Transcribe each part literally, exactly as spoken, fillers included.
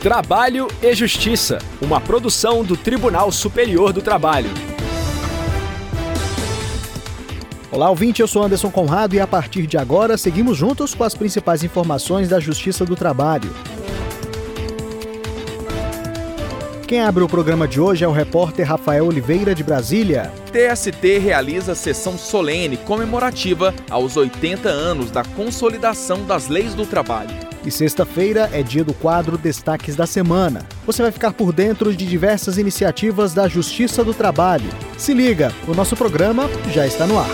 Trabalho e Justiça, uma produção do Tribunal Superior do Trabalho. Olá, ouvinte, eu sou Anderson Conrado e a partir de agora seguimos juntos com as principais informações da Justiça do Trabalho. Quem abre o programa de hoje é o repórter Rafael Oliveira, de Brasília. T S T realiza sessão solene comemorativa aos oitenta anos da consolidação das leis do trabalho. E sexta-feira é dia do quadro Destaques da Semana. Você vai ficar por dentro de diversas iniciativas da Justiça do Trabalho. Se liga, o nosso programa já está no ar.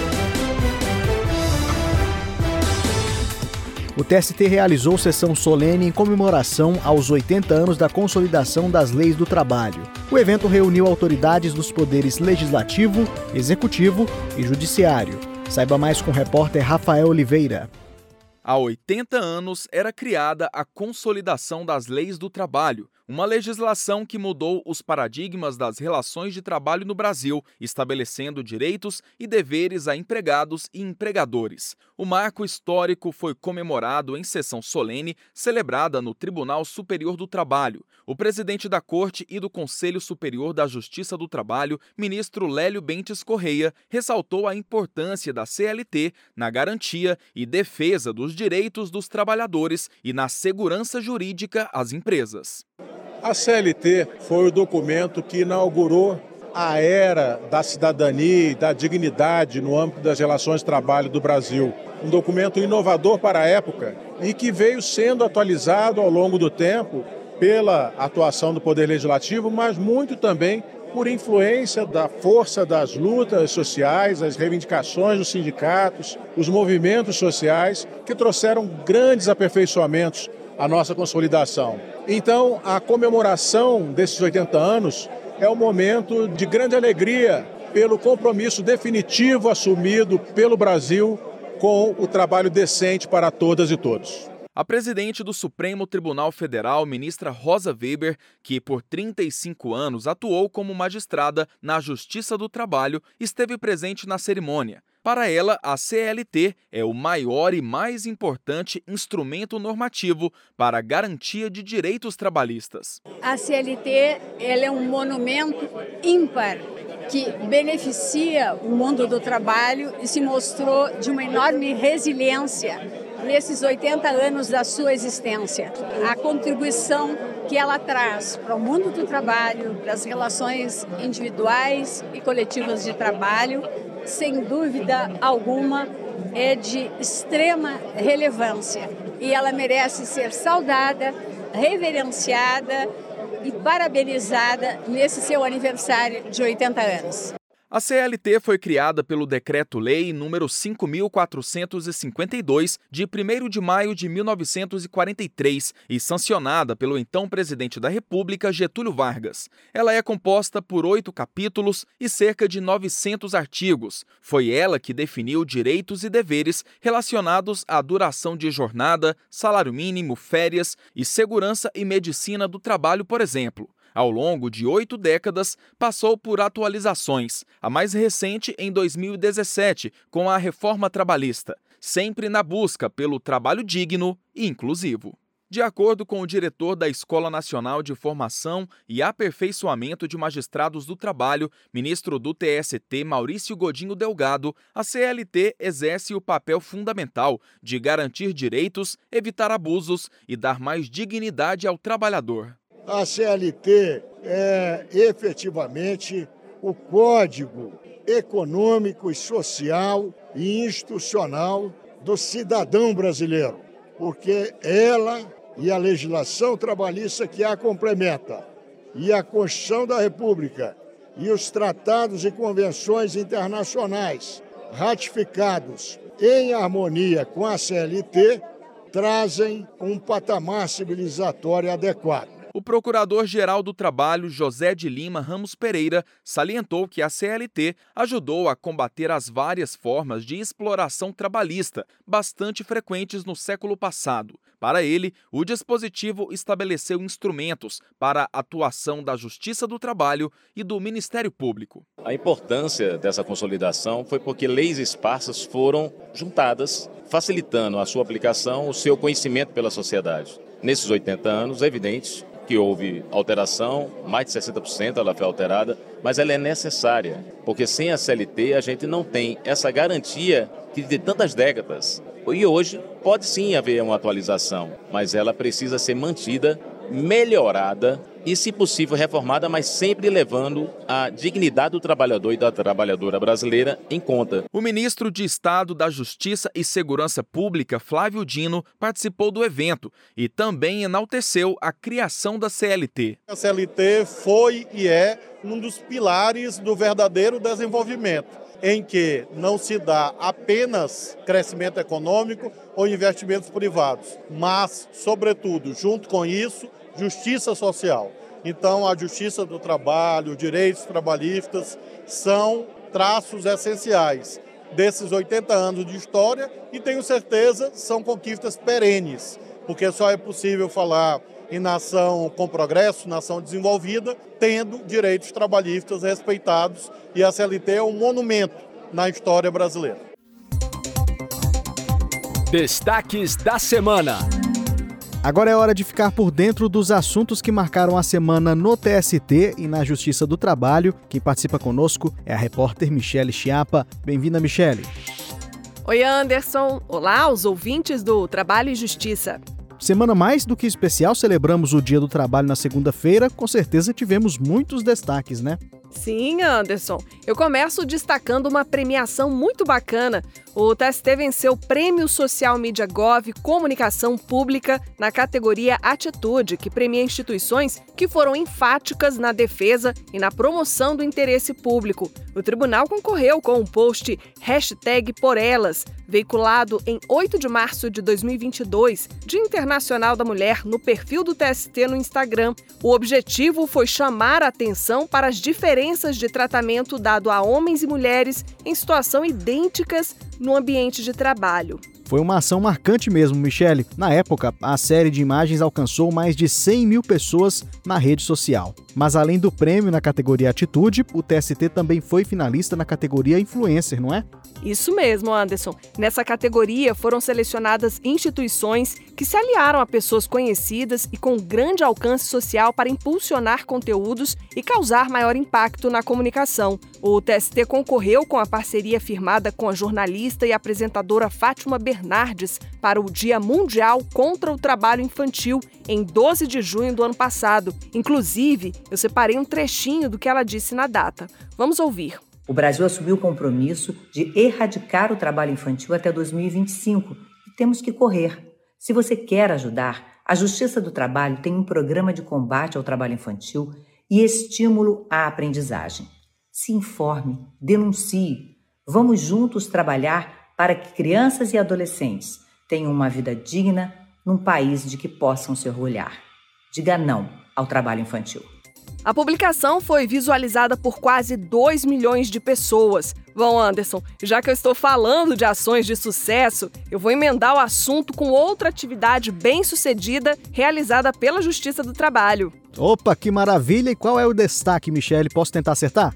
O T S T realizou sessão solene em comemoração aos oitenta anos da consolidação das leis do trabalho. O evento reuniu autoridades dos poderes legislativo, executivo e judiciário. Saiba mais com o repórter Rafael Oliveira. Há oitenta anos era criada a Consolidação das Leis do Trabalho, uma legislação que mudou os paradigmas das relações de trabalho no Brasil, estabelecendo direitos e deveres a empregados e empregadores. O marco histórico foi comemorado em sessão solene celebrada no Tribunal Superior do Trabalho. O presidente da Corte e do Conselho Superior da Justiça do Trabalho, ministro Lélio Bentes Correia, ressaltou a importância da C L T na garantia e defesa dos direitos dos trabalhadores e na segurança jurídica às empresas. A C L T foi o documento que inaugurou a era da cidadania e da dignidade no âmbito das relações de trabalho do Brasil. Um documento inovador para a época e que veio sendo atualizado ao longo do tempo pela atuação do Poder Legislativo, mas muito também por influência da força das lutas sociais, as reivindicações dos sindicatos, os movimentos sociais, que trouxeram grandes aperfeiçoamentos à nossa consolidação. Então, a comemoração desses oitenta anos é um momento de grande alegria pelo compromisso definitivo assumido pelo Brasil com o trabalho decente para todas e todos. A presidente do Supremo Tribunal Federal, ministra Rosa Weber, que por trinta e cinco anos atuou como magistrada na Justiça do Trabalho, esteve presente na cerimônia. Para ela, a C L T é o maior e mais importante instrumento normativo para a garantia de direitos trabalhistas. A C L T ela é um monumento ímpar que beneficia o mundo do trabalho e se mostrou de uma enorme resiliência nesses oitenta anos da sua existência. A contribuição que ela traz para o mundo do trabalho, para as relações individuais e coletivas de trabalho, sem dúvida alguma, é de extrema relevância. E ela merece ser saudada, reverenciada e parabenizada nesse seu aniversário de oitenta anos. A C L T foi criada pelo Decreto-Lei número cinco mil quatrocentos e cinquenta e dois, de primeiro de maio de mil novecentos e quarenta e três e sancionada pelo então presidente da República, Getúlio Vargas. Ela é composta por oito capítulos e cerca de novecentos artigos. Foi ela que definiu direitos e deveres relacionados à duração de jornada, salário mínimo, férias e segurança e medicina do trabalho, por exemplo. Ao longo de oito décadas, passou por atualizações, a mais recente em dois mil e dezessete, com a reforma trabalhista, sempre na busca pelo trabalho digno e inclusivo. De acordo com o diretor da Escola Nacional de Formação e Aperfeiçoamento de Magistrados do Trabalho, ministro do T S T, Maurício Godinho Delgado, a C L T exerce o papel fundamental de garantir direitos, evitar abusos e dar mais dignidade ao trabalhador. A C L T é efetivamente o código econômico, social e institucional do cidadão brasileiro, porque ela e a legislação trabalhista que a complementa, e a Constituição da República, e os tratados e convenções internacionais ratificados em harmonia com a C L T, trazem um patamar civilizatório adequado. O Procurador-Geral do Trabalho, José de Lima Ramos Pereira, salientou que a C L T ajudou a combater as várias formas de exploração trabalhista, bastante frequentes no século passado. Para ele, o dispositivo estabeleceu instrumentos para a atuação da Justiça do Trabalho e do Ministério Público. A importância dessa consolidação foi porque leis esparsas foram juntadas, facilitando a sua aplicação, o seu conhecimento pela sociedade. nesses oitenta anos, é evidente que houve alteração, mais de sessenta por cento ela foi alterada, mas ela é necessária, porque sem a C L T a gente não tem essa garantia que de tantas décadas. E hoje pode sim haver uma atualização, mas ela precisa ser mantida, melhorada e, se possível, reformada, mas sempre levando a dignidade do trabalhador e da trabalhadora brasileira em conta. O ministro de Estado da Justiça e Segurança Pública, Flávio Dino, participou do evento e também enalteceu a criação da C L T. A C L T foi e é um dos pilares do verdadeiro desenvolvimento, em que não se dá apenas crescimento econômico ou investimentos privados, mas, sobretudo, junto com isso, justiça social. Então, a justiça do trabalho, direitos trabalhistas são traços essenciais desses oitenta anos de história e, tenho certeza, são conquistas perenes, porque só é possível falar em nação com progresso, nação desenvolvida, tendo direitos trabalhistas respeitados, e a C L T é um monumento na história brasileira. Destaques da semana. Agora é hora de ficar por dentro dos assuntos que marcaram a semana no T S T e na Justiça do Trabalho. Quem participa conosco é a repórter Michele Chiapa. Bem-vinda, Michele. Oi, Anderson. Olá, os ouvintes do Trabalho e Justiça. Semana mais do que especial, celebramos o Dia do Trabalho na segunda-feira. Com certeza tivemos muitos destaques, né? Sim, Anderson. Eu começo destacando uma premiação muito bacana. O T S T venceu o Prêmio Social Media Gov Comunicação Pública na categoria Atitude, que premia instituições que foram enfáticas na defesa e na promoção do interesse público. O tribunal concorreu com o post hashtag Por Elas, veiculado em oito de março de dois mil e vinte e dois, Dia Internacional da Mulher, no perfil do T S T no Instagram. O objetivo foi chamar a atenção para as diferenças de tratamento dado a homens e mulheres em situação idênticas no ambiente de trabalho. Foi uma ação marcante mesmo, Michele. Na época, a série de imagens alcançou mais de cem mil pessoas na rede social. Mas além do prêmio na categoria Atitude, o T S T também foi finalista na categoria Influencer, não é? Isso mesmo, Anderson. Nessa categoria foram selecionadas instituições que se aliaram a pessoas conhecidas e com grande alcance social para impulsionar conteúdos e causar maior impacto na comunicação. O T S T concorreu com a parceria firmada com a jornalista e apresentadora Fátima Bernardes para o Dia Mundial contra o Trabalho Infantil, em doze de junho do ano passado. Inclusive, eu separei um trechinho do que ela disse na data. Vamos ouvir. O Brasil assumiu o compromisso de erradicar o trabalho infantil até dois mil e vinte e cinco e temos que correr. Se você quer ajudar, a Justiça do Trabalho tem um programa de combate ao trabalho infantil e estímulo à aprendizagem. Se informe, denuncie. Vamos juntos trabalhar para que crianças e adolescentes tenham uma vida digna num país de que possam se orgulhar. Diga não ao trabalho infantil. A publicação foi visualizada por quase dois milhões de pessoas. Bom, Anderson, já que eu estou falando de ações de sucesso, eu vou emendar o assunto com outra atividade bem-sucedida realizada pela Justiça do Trabalho. Opa, que maravilha! E qual é o destaque, Michele? Posso tentar acertar?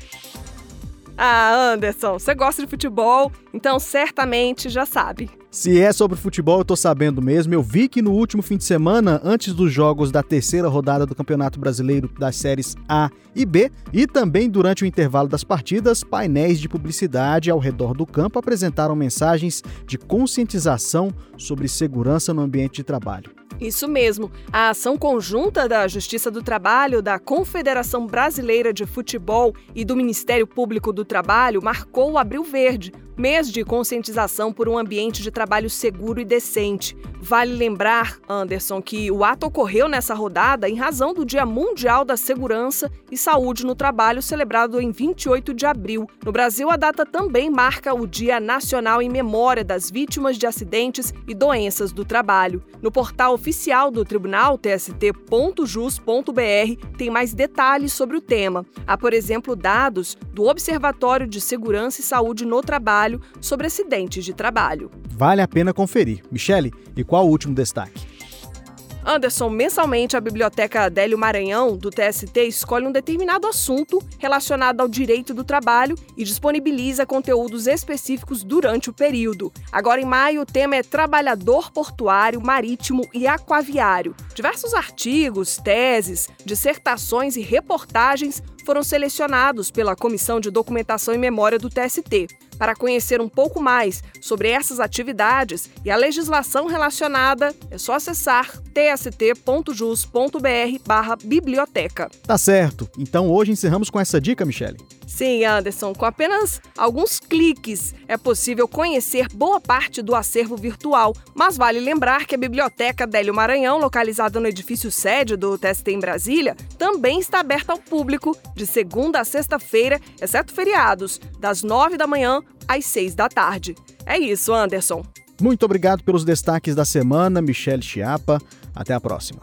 Ah, Anderson, você gosta de futebol, então certamente já sabe. Se é sobre futebol, eu tô sabendo mesmo. Eu vi que no último fim de semana, antes dos jogos da terceira rodada do Campeonato Brasileiro das séries A e B, e também durante o intervalo das partidas, painéis de publicidade ao redor do campo apresentaram mensagens de conscientização sobre segurança no ambiente de trabalho. Isso mesmo. A ação conjunta da Justiça do Trabalho, da Confederação Brasileira de Futebol e do Ministério Público do Trabalho marcou o Abril Verde, mês de conscientização por um ambiente de trabalho seguro e decente. Vale lembrar, Anderson, que o ato ocorreu nessa rodada em razão do Dia Mundial da Segurança e Saúde no Trabalho, celebrado em vinte e oito de abril. No Brasil, a data também marca o Dia Nacional em Memória das Vítimas de Acidentes e Doenças do Trabalho. No portal oficial do Tribunal, t s t ponto jus ponto b r, tem mais detalhes sobre o tema. Há, por exemplo, dados do Observatório de Segurança e Saúde no Trabalho sobre acidentes de trabalho. Vale a pena conferir. Michele, e qual o último destaque? Anderson, mensalmente a Biblioteca Adélio Maranhão, do T S T, escolhe um determinado assunto relacionado ao direito do trabalho e disponibiliza conteúdos específicos durante o período. Agora, em maio, o tema é trabalhador portuário, marítimo e aquaviário. Diversos artigos, teses, dissertações e reportagens foram selecionados pela Comissão de Documentação e Memória do T S T. Para conhecer um pouco mais sobre essas atividades e a legislação relacionada, é só acessar t s t ponto jus ponto b r barra biblioteca. Tá certo. Então hoje encerramos com essa dica, Michele. Sim, Anderson, com apenas alguns cliques é possível conhecer boa parte do acervo virtual, mas vale lembrar que a Biblioteca Adélio Maranhão, localizada no edifício sede do T S T em Brasília, também está aberta ao público de segunda a sexta-feira, exceto feriados, das nove da manhã às seis da tarde. É isso, Anderson. Muito obrigado pelos destaques da semana, Michele Chiapa. Até a próxima.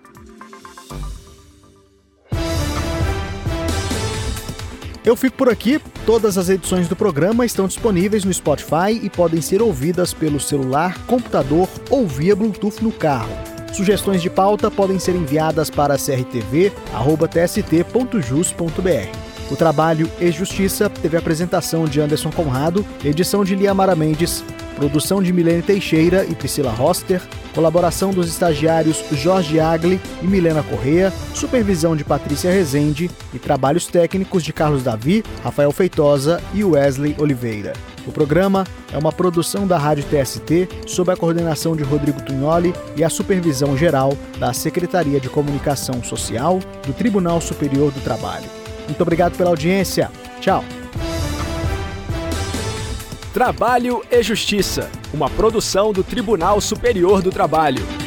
Eu fico por aqui. Todas as edições do programa estão disponíveis no Spotify e podem ser ouvidas pelo celular, computador ou via Bluetooth no carro. Sugestões de pauta podem ser enviadas para c r t v arroba t s t ponto jus ponto b r. O Trabalho e Justiça teve a apresentação de Anderson Conrado, edição de Liamara Mendes, produção de Milene Teixeira e Priscila Roster, colaboração dos estagiários Jorge Agli e Milena Correa, supervisão de Patrícia Rezende e trabalhos técnicos de Carlos Davi, Rafael Feitosa e Wesley Oliveira. O programa é uma produção da Rádio T S T, sob a coordenação de Rodrigo Tugnoli e a supervisão geral da Secretaria de Comunicação Social do Tribunal Superior do Trabalho. Muito obrigado pela audiência. Tchau. Trabalho e Justiça, uma produção do Tribunal Superior do Trabalho.